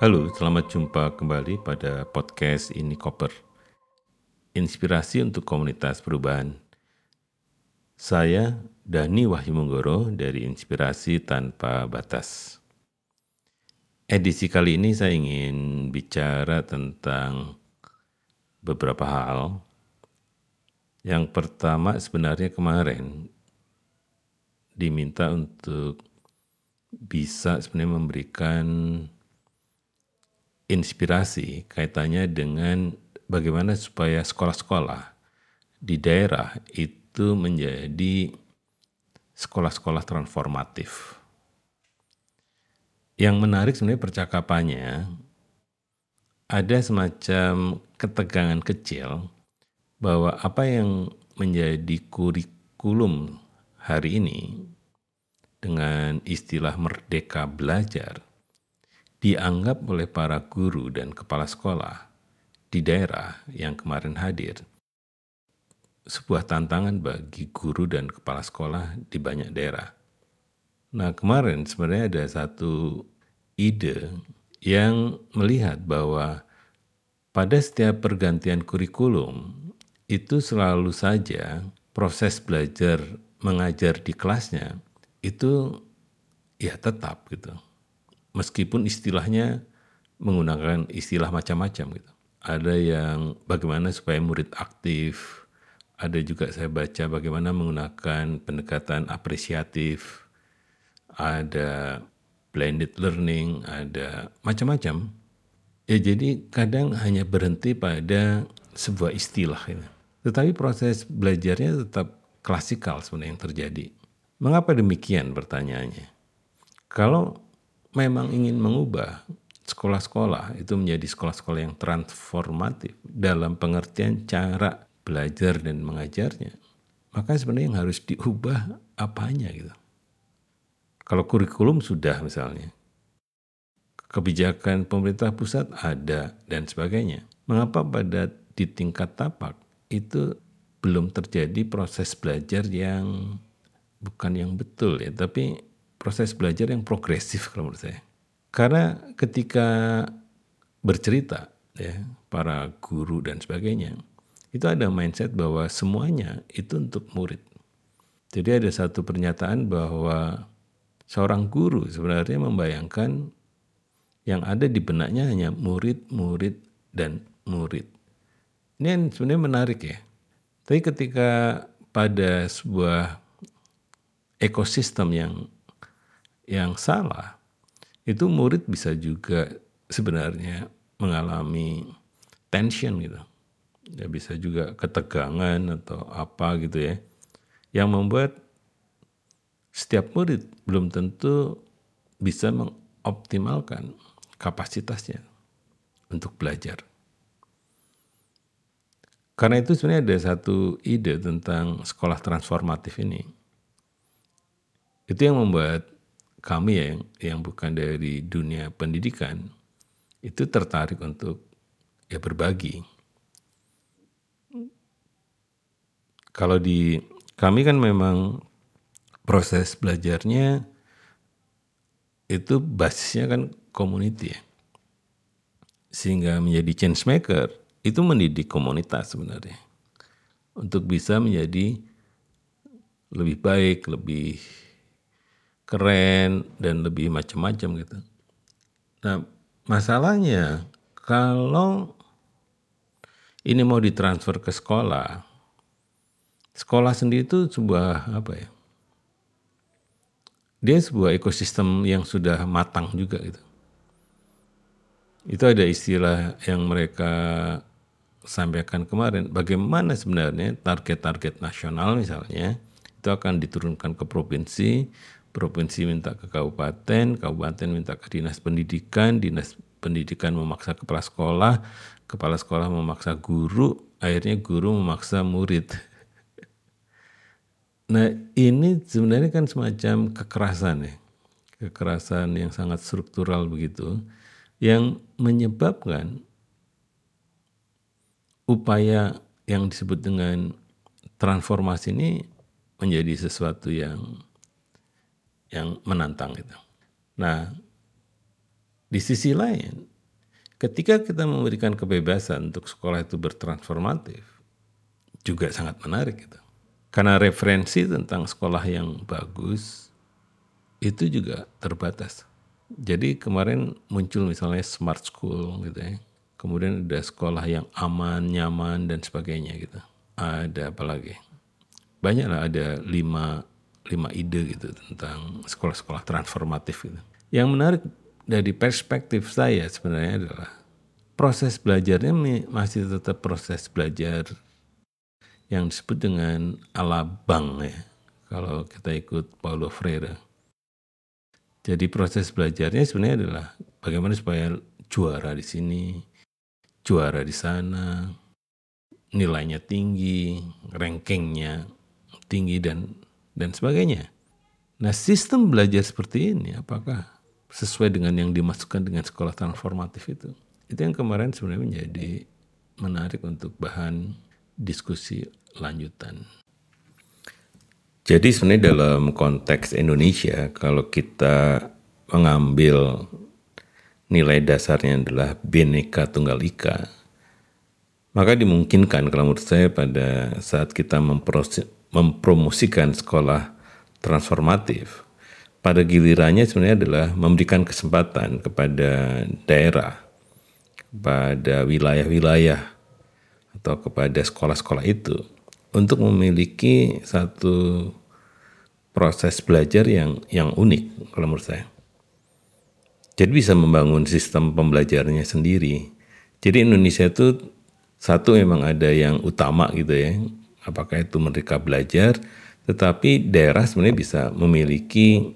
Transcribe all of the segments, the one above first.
Halo, selamat jumpa kembali pada podcast Ini Koper. Inspirasi untuk komunitas perubahan. Saya Dani Wahyu dari Inspirasi Tanpa Batas. Edisi kali ini saya ingin bicara tentang beberapa hal. Yang pertama sebenarnya kemarin diminta untuk bisa sebenarnya memberikan inspirasi kaitannya dengan bagaimana supaya sekolah-sekolah di daerah itu menjadi sekolah-sekolah transformatif. Yang menarik sebenarnya percakapannya, ada semacam ketegangan kecil bahwa apa yang menjadi kurikulum hari ini dengan istilah merdeka belajar dianggap oleh para guru dan kepala sekolah di daerah yang kemarin hadir sebuah tantangan bagi guru dan kepala sekolah di banyak daerah. Nah, kemarin sebenarnya ada satu ide yang melihat bahwa pada setiap pergantian kurikulum itu selalu saja proses belajar mengajar di kelasnya itu ya tetap gitu. Meskipun istilahnya menggunakan istilah macam-macam gitu. Ada yang bagaimana supaya murid aktif, ada juga saya baca bagaimana menggunakan pendekatan apresiatif, ada blended learning, ada macam-macam. Ya jadi kadang hanya berhenti pada sebuah istilah. Gitu. Tetapi proses belajarnya tetap klasikal sebenarnya yang terjadi. Mengapa demikian pertanyaannya? Kalau memang ingin mengubah sekolah-sekolah itu menjadi sekolah-sekolah yang transformatif dalam pengertian cara belajar dan mengajarnya, maka sebenarnya yang harus diubah apanya gitu. Kalau kurikulum sudah misalnya, kebijakan pemerintah pusat ada dan sebagainya. Mengapa pada di tingkat tapak itu belum terjadi proses belajar yang bukan yang betul ya, tapi proses belajar yang progresif kalau menurut saya. Karena ketika bercerita ya para guru dan sebagainya, itu ada mindset bahwa semuanya itu untuk murid. Jadi ada satu pernyataan bahwa seorang guru sebenarnya membayangkan yang ada di benaknya hanya murid, murid, dan murid. Ini yang sebenarnya menarik ya. Tapi ketika pada sebuah ekosistem yang salah, itu murid bisa juga sebenarnya mengalami tension gitu. Ya bisa juga ketegangan atau apa gitu ya. Yang membuat setiap murid belum tentu bisa mengoptimalkan kapasitasnya untuk belajar. Karena itu sebenarnya ada satu ide tentang sekolah transformatif ini. Itu yang membuat kami yang bukan dari dunia pendidikan itu tertarik untuk ya berbagi. Kalau di kami kan memang proses belajarnya itu basisnya kan community ya. Sehingga menjadi change maker itu mendidik komunitas sebenarnya. Untuk bisa menjadi lebih baik, lebih keren, dan lebih macam-macam gitu. Nah, masalahnya kalau ini mau ditransfer ke sekolah, sekolah sendiri itu sebuah apa ya? Dia sebuah ekosistem yang sudah matang juga gitu. Itu ada istilah yang mereka sampaikan kemarin, bagaimana sebenarnya target-target nasional misalnya, itu akan diturunkan ke provinsi, provinsi minta ke kabupaten, kabupaten minta ke dinas pendidikan memaksa kepala sekolah memaksa guru, akhirnya guru memaksa murid. Nah ini sebenarnya kan semacam kekerasan ya, kekerasan yang sangat struktural begitu, yang menyebabkan upaya yang disebut dengan transformasi ini menjadi sesuatu yang menantang gitu. Nah, di sisi lain Ketika kita memberikan kebebasan untuk sekolah itu bertransformatif, juga sangat menarik gitu. Karena referensi tentang sekolah yang bagus itu juga terbatas. Jadi kemarin muncul misalnya smart school gitu ya. Kemudian ada sekolah yang aman, nyaman dan sebagainya gitu. Ada apa lagi? Banyak lah, ada lima ide gitu tentang sekolah-sekolah transformatif gitu. Yang menarik dari perspektif saya sebenarnya adalah proses belajarnya masih tetap proses belajar yang disebut dengan ala bank ya, kalau kita ikut Paulo Freire. Jadi proses belajarnya sebenarnya adalah bagaimana supaya juara di sini, juara di sana, nilainya tinggi, rankingnya tinggi dan sebagainya. Nah, sistem belajar seperti ini apakah sesuai dengan yang dimasukkan dengan sekolah transformatif itu? Itu yang kemarin sebenarnya menjadi menarik untuk bahan diskusi lanjutan. Jadi sebenarnya dalam konteks Indonesia, kalau kita mengambil nilai dasarnya adalah Bhinneka Tunggal Ika, maka dimungkinkan kalau menurut saya pada saat kita mempromosikan sekolah transformatif, pada gilirannya sebenarnya adalah memberikan kesempatan kepada daerah, kepada wilayah-wilayah, atau kepada sekolah-sekolah itu untuk memiliki satu proses belajar yang unik kalau menurut saya. Jadi bisa membangun sistem pembelajarannya sendiri. Jadi Indonesia itu satu memang ada yang utama gitu ya, apakah itu Merdeka Belajar, tetapi daerah sebenarnya bisa memiliki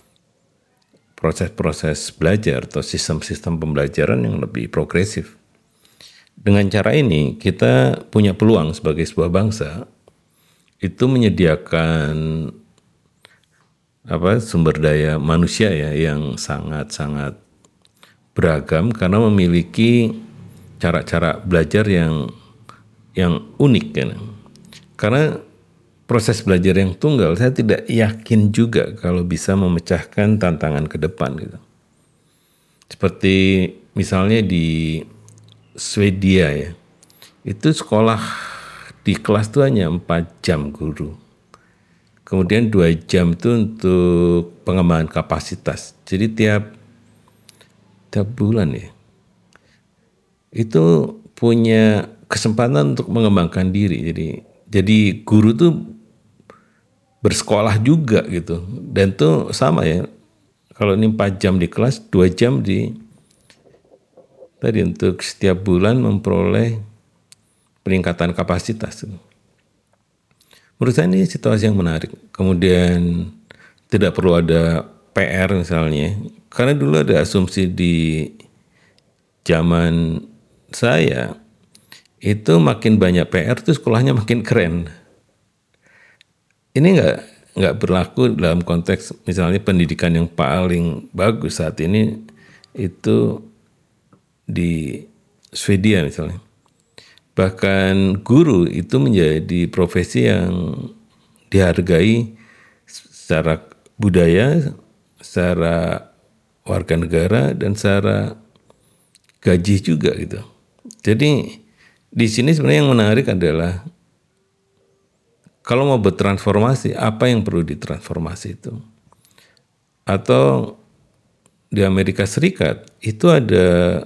proses-proses belajar atau sistem-sistem pembelajaran yang lebih progresif. Dengan cara ini kita punya peluang sebagai sebuah bangsa itu menyediakan sumber daya manusia ya yang sangat-sangat beragam karena memiliki cara-cara belajar yang unik kan. Karena proses belajar yang tunggal saya tidak yakin juga kalau bisa memecahkan tantangan ke depan gitu. Seperti misalnya di Swedia ya, itu sekolah di kelas itu hanya 4 jam guru. Kemudian 2 jam itu untuk pengembangan kapasitas. Jadi tiap bulan ya, itu punya kesempatan untuk mengembangkan diri. Jadi guru tuh bersekolah juga gitu. Dan tuh sama ya, kalau ini 4 jam di kelas, 2 jam tadi untuk setiap bulan memperoleh peningkatan kapasitas. Menurut saya ini situasi yang menarik. Kemudian tidak perlu ada PR misalnya. Karena dulu ada asumsi di zaman saya, itu makin banyak PR itu sekolahnya makin keren. Ini nggak berlaku dalam konteks misalnya pendidikan yang paling bagus saat ini itu di Swedia misalnya. Bahkan guru itu menjadi profesi yang dihargai secara budaya, secara warga negara, dan secara gaji juga gitu. Jadi di sini sebenarnya yang menarik adalah kalau mau bertransformasi, apa yang perlu ditransformasi itu? Atau di Amerika Serikat itu ada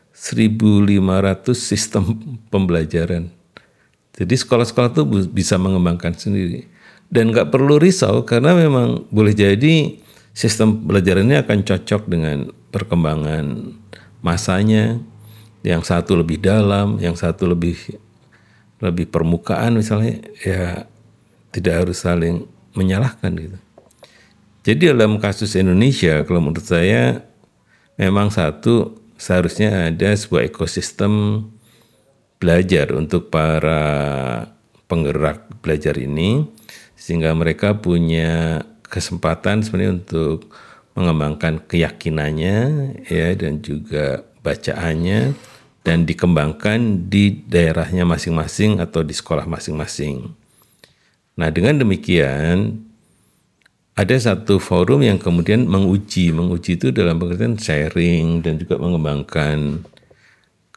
1.500 sistem pembelajaran. Jadi sekolah-sekolah itu bisa mengembangkan sendiri. Dan nggak perlu risau karena memang boleh jadi sistem pembelajarannya akan cocok dengan perkembangan masanya. Yang satu lebih dalam, yang satu lebih permukaan misalnya, ya tidak harus saling menyalahkan gitu. Jadi dalam kasus Indonesia, kalau menurut saya memang seharusnya ada sebuah ekosistem belajar untuk para penggerak belajar ini, sehingga mereka punya kesempatan sebenarnya untuk mengembangkan keyakinannya ya dan juga bacaannya dan dikembangkan di daerahnya masing-masing atau di sekolah masing-masing. Nah, dengan demikian ada satu forum yang kemudian menguji itu dalam pengertian sharing dan juga mengembangkan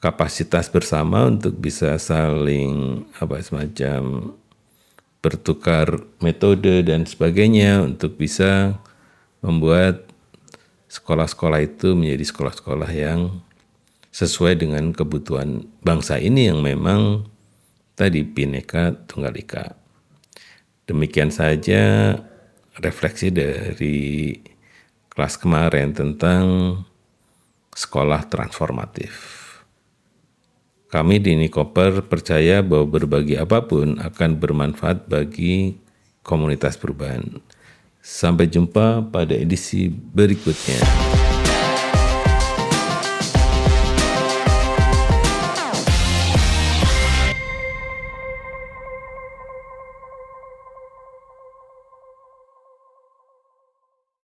kapasitas bersama untuk bisa saling semacam bertukar metode dan sebagainya untuk bisa membuat sekolah-sekolah itu menjadi sekolah-sekolah yang sesuai dengan kebutuhan bangsa ini yang memang tadi Bhinneka Tunggal Ika. Demikian saja refleksi dari kelas kemarin tentang sekolah transformatif. Kami di Nikoper percaya bahwa berbagi apapun akan bermanfaat bagi komunitas perubahan. Sampai jumpa pada edisi berikutnya.